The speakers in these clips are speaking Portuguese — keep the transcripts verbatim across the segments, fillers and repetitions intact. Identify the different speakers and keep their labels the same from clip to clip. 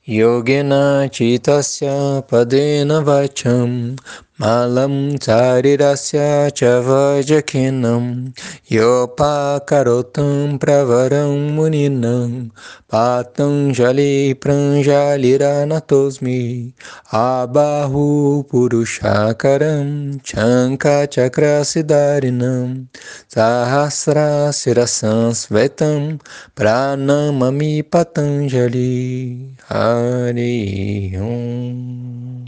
Speaker 1: Yogena chitasya padena vacham malam charirasya chavajakinam yopakarotam pravaram muninam patanjali pranjaliranatosmi abahu purushakaram chanka chakrasidarinam sahasra sirasansvetam pranamami patanjali. Hari Om.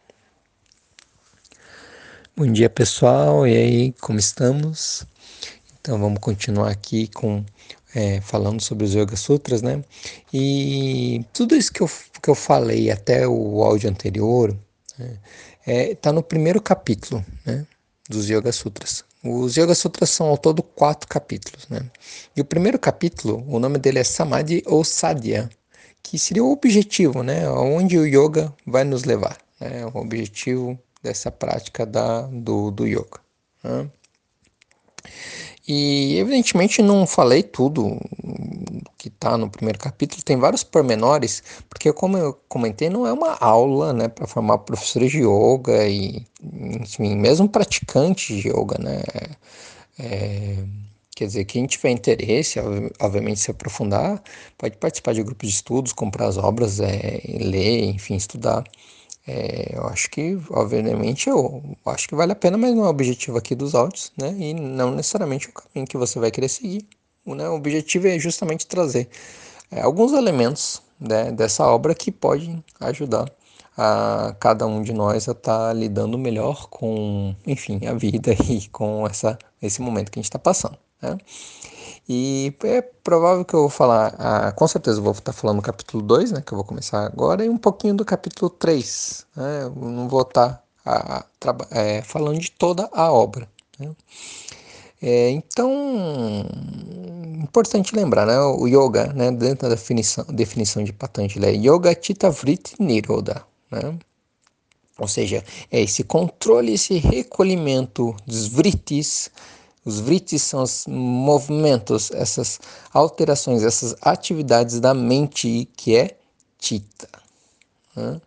Speaker 1: Bom dia, pessoal, e aí, como estamos? Então vamos continuar aqui com é, falando sobre os Yoga Sutras, né? E tudo isso que eu, que eu falei até o áudio anterior né, é, tá no primeiro capítulo, né, dos Yoga Sutras. Os Yoga Sutras são ao todo quatro capítulos, né? E o primeiro capítulo, o nome dele é Samadhi ou Sadhya, que seria o objetivo, né? Aonde o yoga vai nos levar, né? O objetivo dessa prática da, do, do yoga. Né? E evidentemente não falei tudo que está no primeiro capítulo, tem vários pormenores, porque como eu comentei, não é uma aula, né, para formar professores de yoga e, enfim, mesmo praticantes de yoga, né? É, quer dizer, quem tiver interesse, obviamente, se aprofundar, pode participar de grupos de estudos, comprar as obras, é, ler, enfim, estudar. É, eu acho que, obviamente, eu acho que vale a pena, mas não é o objetivo aqui dos áudios, né? E não necessariamente o caminho que você vai querer seguir. Né? O objetivo é justamente trazer é, alguns elementos né, dessa obra que podem ajudar a cada um de nós a estar tá lidando melhor com, enfim, a vida e com essa, esse momento que a gente está passando. Né? E é provável que eu vou falar, ah, com certeza eu vou estar falando do capítulo dois, né, que eu vou começar agora, e um pouquinho do capítulo três. Né, eu não vou estar a, a, é, falando de toda a obra. Né. É, então, importante lembrar, né, o yoga, né, dentro da definição, definição de Patanjali, é Yoga Chitta Vritti Nirodha, né, ou seja, é esse controle, esse recolhimento dos vrittis. Os vrittis são os movimentos, essas alterações, essas atividades da mente que é chitta. Né?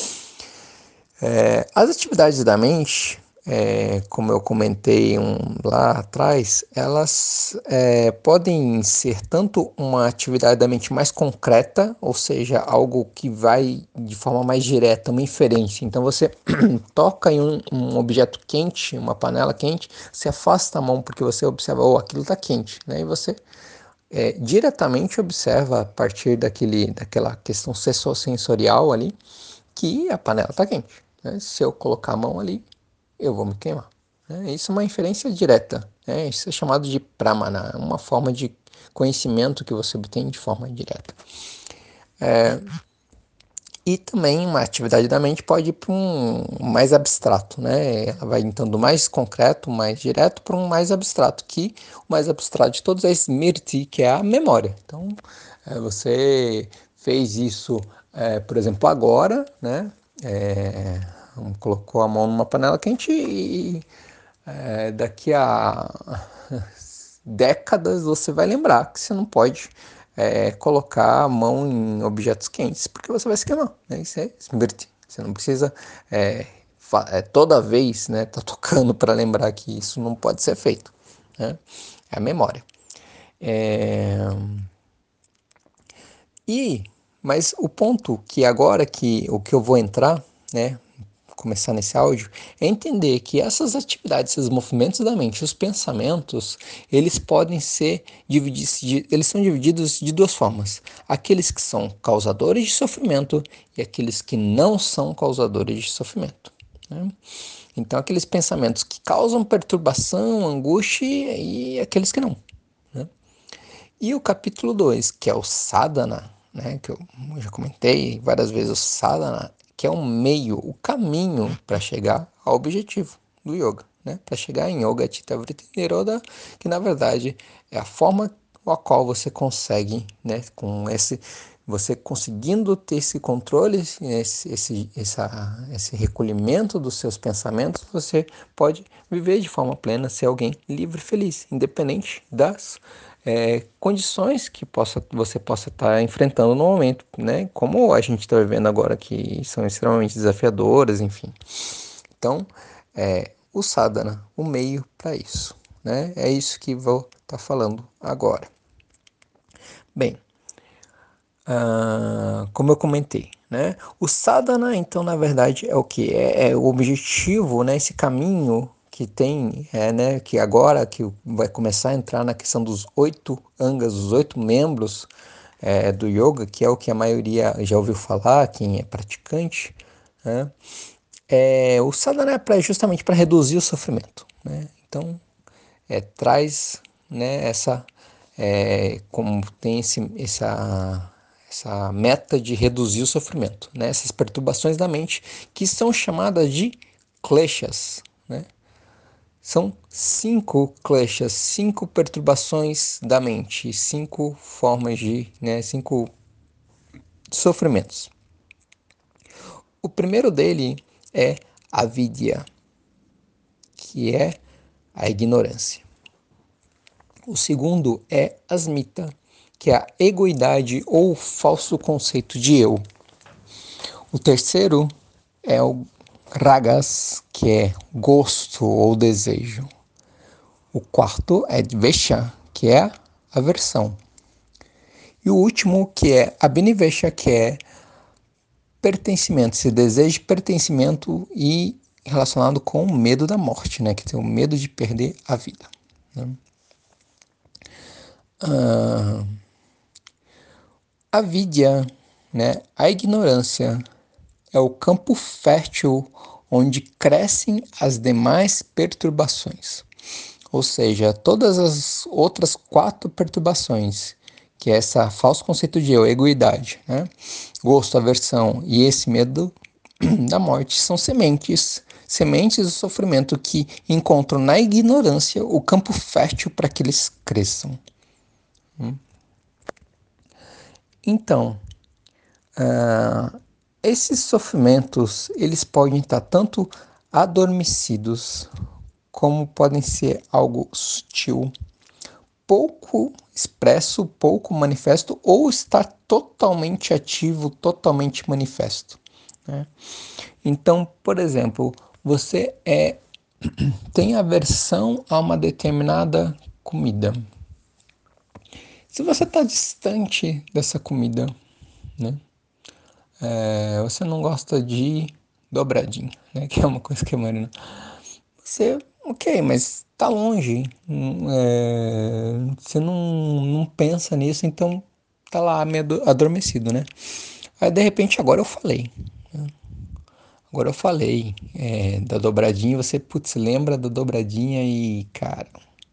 Speaker 1: É, as atividades da mente, é, como eu comentei um, lá atrás, elas é, podem ser tanto uma atividade da mente mais concreta, ou seja, algo que vai de forma mais direta, uma inferência. Então você toca em um, um objeto quente, uma panela quente, você afasta a mão porque você observa, oh, aquilo está quente, né? E você é, diretamente observa a partir daquele, daquela questão sensorial ali que a panela está quente. Né? Se eu colocar a mão ali, eu vou me queimar. Né? Isso é uma inferência direta. Né? Isso é chamado de pramana, uma forma de conhecimento que você obtém de forma direta. É, e também uma atividade da mente pode ir para um mais abstrato, né? Ela vai então do mais concreto, mais direto, para um mais abstrato, que o mais abstrato de todos é smriti, que é a memória. Então, é, você fez isso, é, por exemplo, agora, né? É, colocou a mão numa panela quente e é, daqui a décadas você vai lembrar que você não pode é, colocar a mão em objetos quentes, porque você vai se queimar. Né? Isso é smriti. Você não precisa é, é, toda vez né, tá tocando para lembrar que isso não pode ser feito. Né? É a memória. É... E, mas o ponto que agora que o que eu vou entrar, né, começar nesse áudio, é entender que essas atividades, esses movimentos da mente, os pensamentos, eles podem ser divididos, eles são divididos de duas formas. Aqueles que são causadores de sofrimento e aqueles que não são causadores de sofrimento. Né? Então, aqueles pensamentos que causam perturbação, angústia e aqueles que não. Né? E o capítulo dois, que é o sadhana, né, que eu já comentei várias vezes, o sadhana, que é um meio, o caminho para chegar ao objetivo do yoga, né, para chegar em Yoga Chitta Vritti Nirodha, que na verdade é a forma a qual você consegue, né, com esse, você conseguindo ter esse controle, esse, esse, essa, esse recolhimento dos seus pensamentos, você pode viver de forma plena, ser alguém livre e feliz, independente das é, condições que possa, você possa estar enfrentando no momento, né? Como a gente está vivendo agora, que são extremamente desafiadoras, enfim. Então, é, o sadhana, o meio para isso, né? É isso que vou estar tá falando agora. Bem, ah, como eu comentei, né? O sadhana, então, na verdade, é o que? É, é o objetivo, né? Esse caminho que tem, é, né? Que agora que vai começar a entrar na questão dos oito angas, os oito membros é, do yoga, que é o que a maioria já ouviu falar, quem é praticante, né? É, o sadhana é pra, justamente para reduzir o sofrimento, né? Então, é, traz, né, essa, é, como tem esse, essa, essa meta de reduzir o sofrimento, né? Essas perturbações da mente que são chamadas de kleshas, né? São cinco kleshas, cinco perturbações da mente, cinco formas de, né, cinco sofrimentos. O primeiro dele é a vidya, que é a ignorância. O segundo é asmita, que é a egoidade ou falso conceito de eu. O terceiro é o ragas, que é gosto ou desejo. O quarto é dvesha, que é aversão. E o último, que é abhinivesha, que é pertencimento, esse desejo de pertencimento e relacionado com o medo da morte, né? Que tem o medo de perder a vida. Né? Ah, a vidya, né? A ignorância, é o campo fértil onde crescem as demais perturbações. Ou seja, todas as outras quatro perturbações, que é essa falso conceito de eu, egoidade, né? Gosto, aversão e esse medo da morte, são sementes, sementes do sofrimento que encontram na ignorância o campo fértil para que eles cresçam. Então, uh, esses sofrimentos, eles podem estar tanto adormecidos, como podem ser algo sutil, pouco expresso, pouco manifesto, ou estar totalmente ativo, totalmente manifesto. Né? Então, por exemplo, você é, tem aversão a uma determinada comida. Se você está distante dessa comida, né? É, você não gosta de dobradinho, né? Que é uma coisa que a Marina. Você, ok, mas tá longe. É, você não, não pensa nisso, então tá lá meio adormecido, né? Aí de repente agora eu falei. Né? Agora eu falei é, da dobradinha, você, putz, lembra da dobradinha e, cara,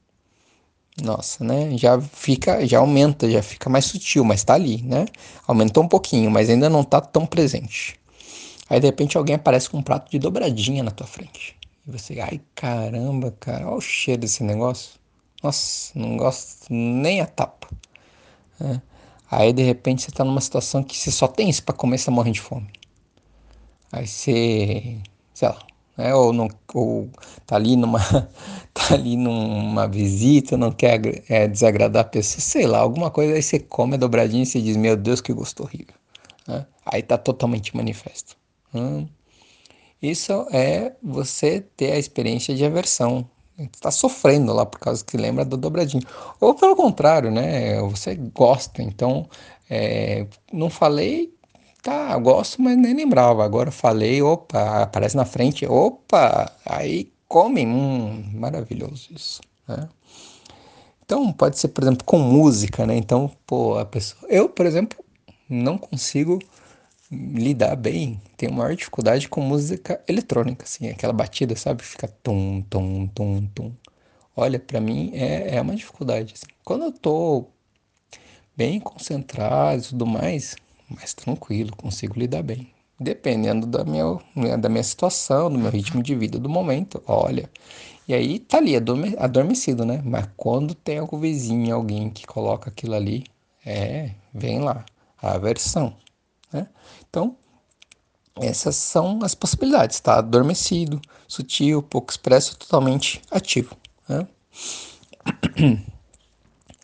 Speaker 1: nossa, né? Já fica, já aumenta, já fica mais sutil, mas tá ali, né? Aumentou um pouquinho, mas ainda não tá tão presente. Aí de repente alguém aparece com um prato de dobradinha na tua frente. E você, ai caramba, cara, olha o cheiro desse negócio. Nossa, não gosto nem a tapa. Né? Aí de repente você tá numa situação que você só tem isso pra comer, você tá morrendo de fome. Aí você, sei lá, né? Ou, não, ou tá ali numa, tá ali numa visita, não quer é, desagradar a pessoa, sei lá, alguma coisa, aí você come a dobradinha e você diz, meu Deus, que gosto horrível. Né? Aí tá totalmente manifesto. Hum. Isso é você ter a experiência de aversão. Você está sofrendo lá por causa que lembra do dobradinho. Ou pelo contrário, né? Você gosta. Então, é, não falei, tá, gosto, mas nem lembrava. Agora falei, opa, aparece na frente, opa, aí come. Hum, maravilhoso isso. Né? Então, pode ser, por exemplo, com música, né? Então, pô, a pessoa. Eu, por exemplo, não consigo lidar bem, tenho maior dificuldade com música eletrônica, assim, aquela batida, sabe? Fica tum, tum, tum, tum. Olha, pra mim é, é uma dificuldade, assim. Quando eu tô bem concentrado e tudo mais, mais tranquilo, consigo lidar bem. Dependendo da minha, né, da minha situação, do meu ritmo de vida, do momento, olha. E aí tá ali, adorme- adormecido, né? Mas quando tem algum vizinho, alguém que coloca aquilo ali, é, vem lá, a aversão, né? Então, essas são as possibilidades, tá? Adormecido, sutil, pouco expresso, totalmente ativo. Né?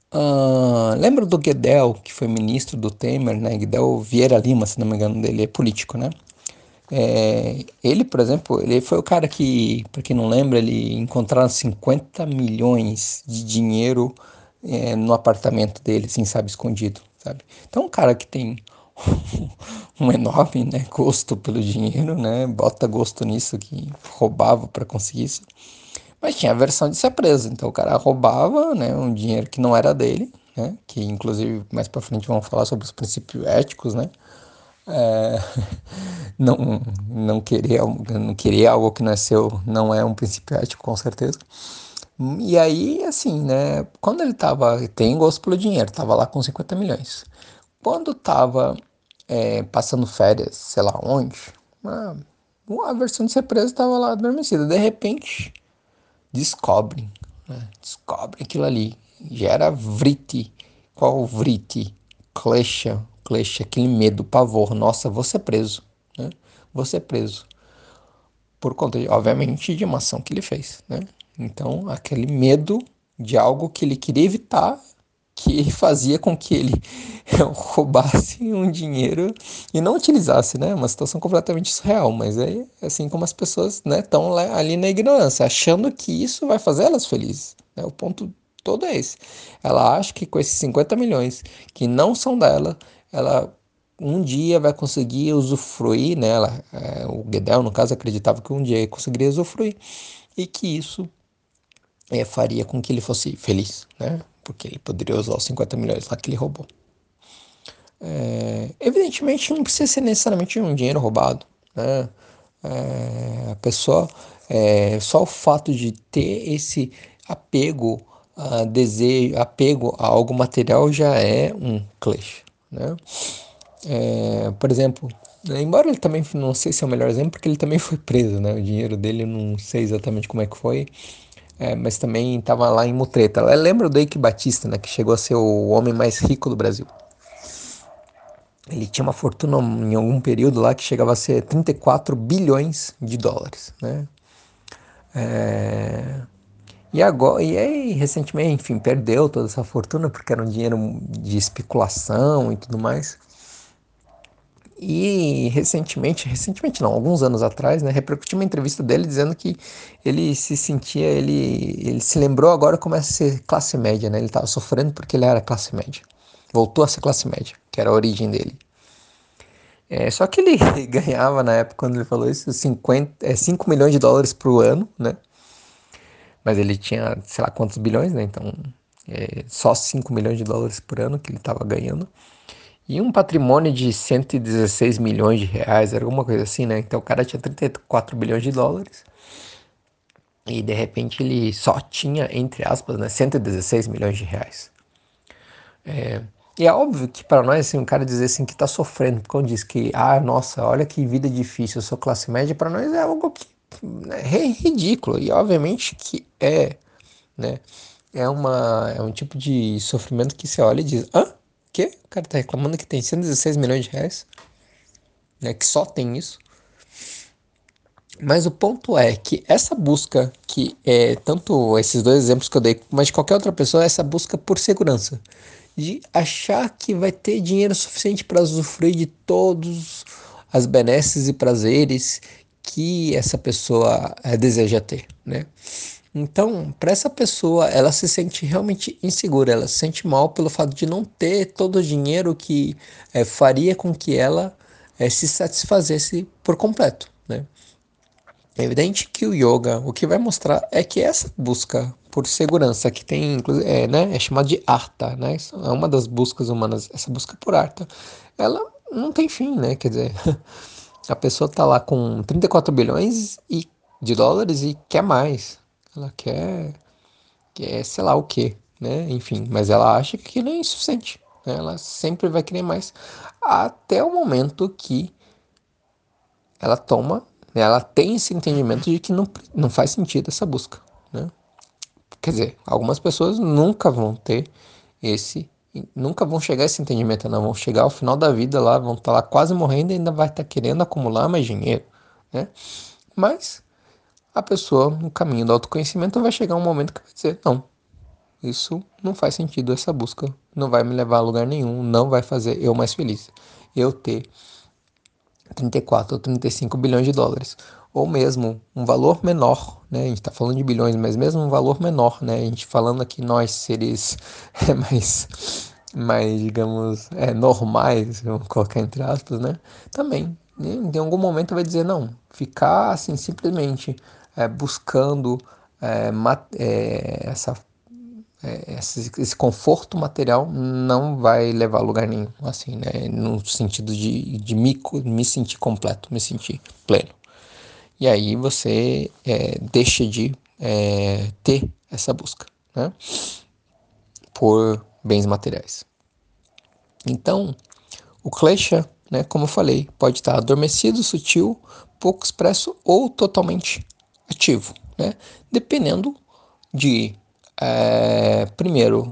Speaker 1: Ah, lembra do Guedel, que foi ministro do Temer, né? Guedel Vieira Lima, se não me engano dele, é político, né? É, ele, por exemplo, ele foi o cara que, para quem não lembra, ele encontraram cinquenta milhões de dinheiro é, no apartamento dele, assim, sabe, escondido, sabe? Então, um cara que tem um enorme, né, gosto pelo dinheiro, né, bota gosto nisso, que roubava para conseguir isso. Mas tinha a versão de ser preso, então o cara roubava, né, um dinheiro que não era dele, né, que inclusive mais para frente vamos falar sobre os princípios éticos, né, é, não, não querer, não querer algo que não é seu não é um princípio ético, com certeza. E aí, assim, né, quando ele tava, tem gosto pelo dinheiro, tava lá com cinquenta milhões. Quando tava é, passando férias, sei lá onde, a, a versão de ser preso tava lá adormecida. De repente, descobrem, né, descobrem aquilo ali. Gera vrite. Qual vrite? Klecha, klecha, aquele medo, pavor. Nossa, vou ser preso, né? Vou ser preso. Por conta, de, obviamente, de uma ação que ele fez, né? Então, aquele medo de algo que ele queria evitar, que fazia com que ele roubasse um dinheiro e não utilizasse, né? Uma situação completamente surreal, mas é assim como as pessoas, né, estão ali na ignorância, achando que isso vai fazer elas felizes, né? O ponto todo é esse. Ela acha que com esses cinquenta milhões que não são dela, ela um dia vai conseguir usufruir, né? Ela, é, o Guedel, no caso, acreditava que um dia conseguiria usufruir e que isso é, faria com que ele fosse feliz, né? Porque ele poderia usar os cinquenta milhões lá que ele roubou. É, evidentemente, não precisa ser necessariamente um dinheiro roubado, né? É, a pessoa, é, só o fato de ter esse apego a desejo, apego a algo material já é um clichê, né? É, por exemplo, né, embora ele também, não sei se é o melhor exemplo, porque ele também foi preso, né? O dinheiro dele, eu não sei exatamente como é que foi, é, mas também estava lá em mutreta. Lembra do Eike Batista, né? Que chegou a ser o homem mais rico do Brasil. Ele tinha uma fortuna em algum período lá que chegava a ser trinta e quatro bilhões de dólares, né? É, e agora, e aí, recentemente, enfim, perdeu toda essa fortuna porque era um dinheiro de especulação e tudo mais. E recentemente, recentemente não, alguns anos atrás, né, repercutiu uma entrevista dele dizendo que ele se sentia, ele, ele se lembrou agora como é ser classe média, né? Ele estava sofrendo porque ele era classe média. Voltou a ser classe média, que era a origem dele. É, só que ele ganhava na época, quando ele falou isso, cinquenta, é, cinco milhões de dólares por ano, né? Mas ele tinha, sei lá quantos bilhões, né? Então, é, só cinco milhões de dólares por ano que ele estava ganhando. E um patrimônio de cento e dezesseis milhões de reais, era alguma coisa assim, né? Então o cara tinha trinta e quatro bilhões de dólares e de repente ele só tinha, entre aspas, né, cento e dezesseis milhões de reais. É, e é óbvio que para nós, assim, um cara dizer assim que tá sofrendo, porque diz que, ah, nossa, olha que vida difícil, eu sou classe média, para nós é algo que né, é ridículo. E obviamente que é, né? É, uma, é um tipo de sofrimento que você olha e diz, hã? Quê? O cara tá reclamando que tem cento e dezesseis milhões de reais? Né, que só tem isso. Mas o ponto é que essa busca, que é tanto esses dois exemplos que eu dei, mas de qualquer outra pessoa, é essa busca por segurança. De achar que vai ter dinheiro suficiente para usufruir de todos as benesses e prazeres que essa pessoa é, deseja ter, né? Então, para essa pessoa, ela se sente realmente insegura, ela se sente mal pelo fato de não ter todo o dinheiro que é, faria com que ela é, se satisfazesse por completo, né? É evidente que o yoga, o que vai mostrar é que essa busca por segurança, que tem, é, né, é chamada de artha, né? Isso é uma das buscas humanas, essa busca por artha, ela não tem fim, né? Quer dizer, a pessoa tá lá com trinta e quatro bilhões e, de dólares e quer mais. Ela quer, quer sei lá o quê, né? Enfim, mas ela acha que aquilo é insuficiente, né? Ela sempre vai querer mais até o momento que ela toma, né, ela tem esse entendimento de que não, não faz sentido essa busca, né? Quer dizer, algumas pessoas nunca vão ter esse, nunca vão chegar a esse entendimento, não vão chegar ao final da vida lá, vão estar lá quase morrendo e ainda vai estar querendo acumular mais dinheiro, né? Mas a pessoa, no caminho do autoconhecimento, vai chegar um momento que vai dizer, não, isso não faz sentido, essa busca não vai me levar a lugar nenhum, não vai fazer eu mais feliz. Eu ter trinta e quatro ou trinta e cinco bilhões de dólares, ou mesmo um valor menor, né? A gente está falando de bilhões, mas mesmo um valor menor, né? A gente falando aqui nós seres é, mais, mais, digamos, é, normais, vamos colocar entre aspas, né? Também, né? Em algum momento vai dizer não, ficar assim simplesmente é, buscando é, é, essa esse, esse conforto material não vai levar a lugar nenhum, assim, né? No sentido de, de me, me sentir completo, me sentir pleno. E aí você é, deixa de é, ter essa busca, né? Por bens materiais. Então, o klesha, né, como eu falei, pode estar adormecido, sutil, pouco expresso ou totalmente ativo, né? Dependendo de, é, primeiro,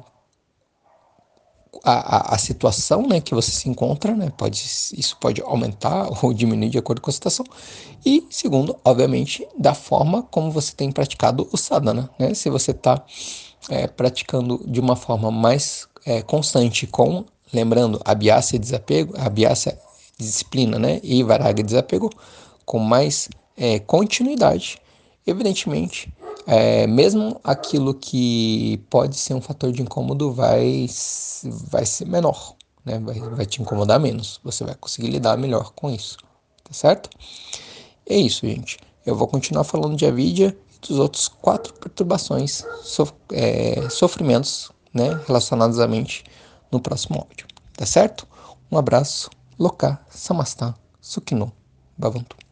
Speaker 1: a, a, a situação, né, que você se encontra, né, pode, isso pode aumentar ou diminuir de acordo com a situação. E segundo, obviamente, da forma como você tem praticado o sadhana, né? Se você está é, praticando de uma forma mais é, constante com, lembrando, abhyasa e desapego, abhyasa disciplina, né, e varaga desapego, com mais é, continuidade, evidentemente, é, mesmo aquilo que pode ser um fator de incômodo vai, vai ser menor, né? Vai, vai te incomodar menos. Você vai conseguir lidar melhor com isso, tá certo? É isso, gente. Eu vou continuar falando de avidya e dos outros quatro perturbações, sof é, sofrimentos, né, relacionados à mente no próximo áudio, tá certo? Um abraço, Loka Samastha Sukhino Bhavantu.